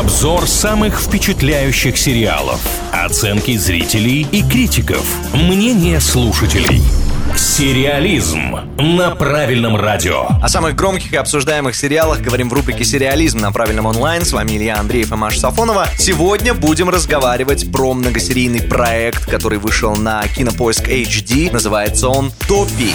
Обзор самых впечатляющих сериалов. Оценки зрителей и критиков. Мнение слушателей. Сериализм на Правильном радио. О самых громких и обсуждаемых сериалах говорим в рубрике «Сериализм» на Правильном онлайн. С вами Илья Андреев и Маша Сафонова. Сегодня будем разговаривать про многосерийный проект, который вышел на Кинопоиск HD. Называется он «Топи».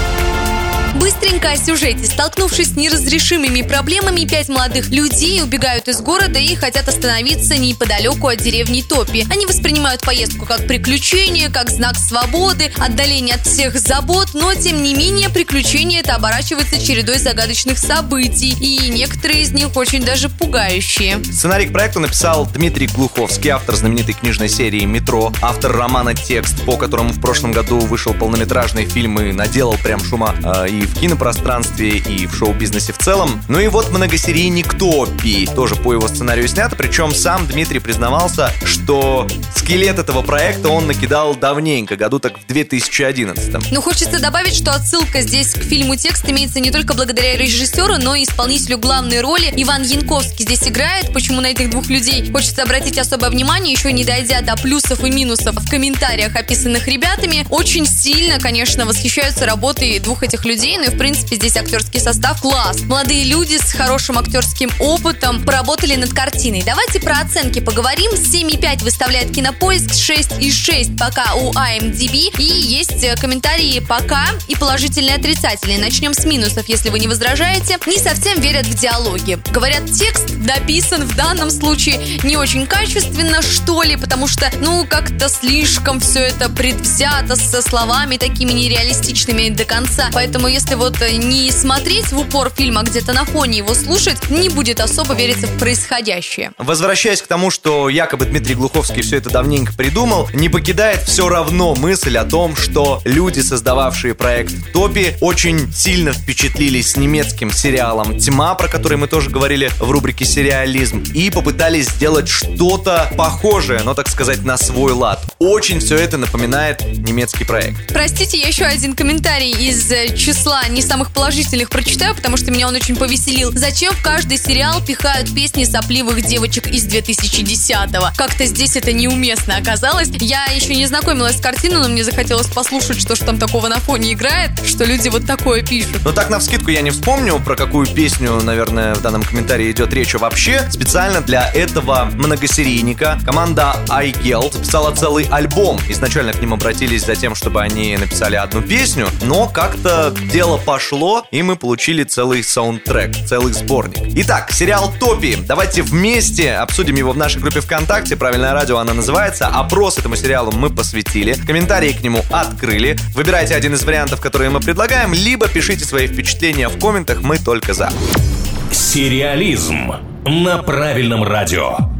Быстренько о сюжете. Столкнувшись с неразрешимыми проблемами, 5 молодых людей убегают из города и хотят остановиться неподалеку от деревни Топи. Они воспринимают поездку как приключение, как знак свободы, отдаление от всех забот, но тем не менее приключение это оборачивается чередой загадочных событий, и некоторые из них очень даже пугающие. Сценарий к проекту написал Дмитрий Глуховский, автор знаменитой книжной серии «Метро», автор романа «Текст», по которому в прошлом году вышел полнометражный фильм и наделал прям шума и в кинопространстве, и в шоу-бизнесе в целом. Ну и вот многосерийник «Топи» тоже по его сценарию снято, причем сам Дмитрий признавался, что скелет этого проекта он накидал давненько, году так в 2011-м. Но хочется добавить, что отсылка здесь к фильму «Текст» имеется не только благодаря режиссеру, но и исполнителю главной роли. Иван Янковский здесь играет. Почему на этих двух людей хочется обратить особое внимание, еще не дойдя до плюсов и минусов в комментариях, описанных ребятами. Очень сильно, конечно, восхищаются работой двух этих людей. Ну и, в принципе, здесь актерский состав класс. Молодые люди с хорошим актерским опытом поработали над картиной. Давайте про оценки поговорим. 7,5 выставляет Кинопоиск, 6,6 пока у IMDb. И есть комментарии пока и положительные, и отрицательные. Начнем с минусов, если вы не возражаете. Не совсем верят в диалоги. Говорят, текст дописан в данном случае не очень качественно, что ли, потому что, как-то слишком все это предвзято, со словами такими нереалистичными до конца. Поэтому, если не смотреть в упор фильм, а где-то на фоне его слушать, не будет особо вериться в происходящее. Возвращаясь к тому, что якобы Дмитрий Глуховский все это давненько придумал, не покидает все равно мысль о том, что люди, создававшие проект «Топи», очень сильно впечатлились немецким сериалом «Тьма», про который мы тоже говорили в рубрике «Сериализм», и попытались сделать что-то похожее, но, так сказать, на свой лад. Очень все это напоминает немецкий проект. Простите, я еще один комментарий из числа не самых положительных прочитаю, потому что меня он очень повеселил. Зачем в каждый сериал пихают песни сопливых девочек из 2010-го? Как-то здесь это неуместно оказалось. Я еще не знакомилась с картиной, но мне захотелось послушать, что же там такого на фоне играет, что люди вот такое пишут. Но так навскидку я не вспомню, про какую песню, наверное, в данном комментарии идет речь. Вообще, специально для этого многосерийника команда iGel записала целый альбом. Изначально к ним обратились за тем, чтобы они написали одну песню, но как-то дело пошло, и мы получили целый саундтрек, целый сборник. Итак, сериал «Топи». Давайте вместе обсудим его в нашей группе ВКонтакте. Правильное радио она называется. Опрос этому сериалу мы посвятили. Комментарии к нему открыли. Выбирайте один из вариантов, которые мы предлагаем, либо пишите свои впечатления в комментах. Мы только за. Сериализм на Правильном радио.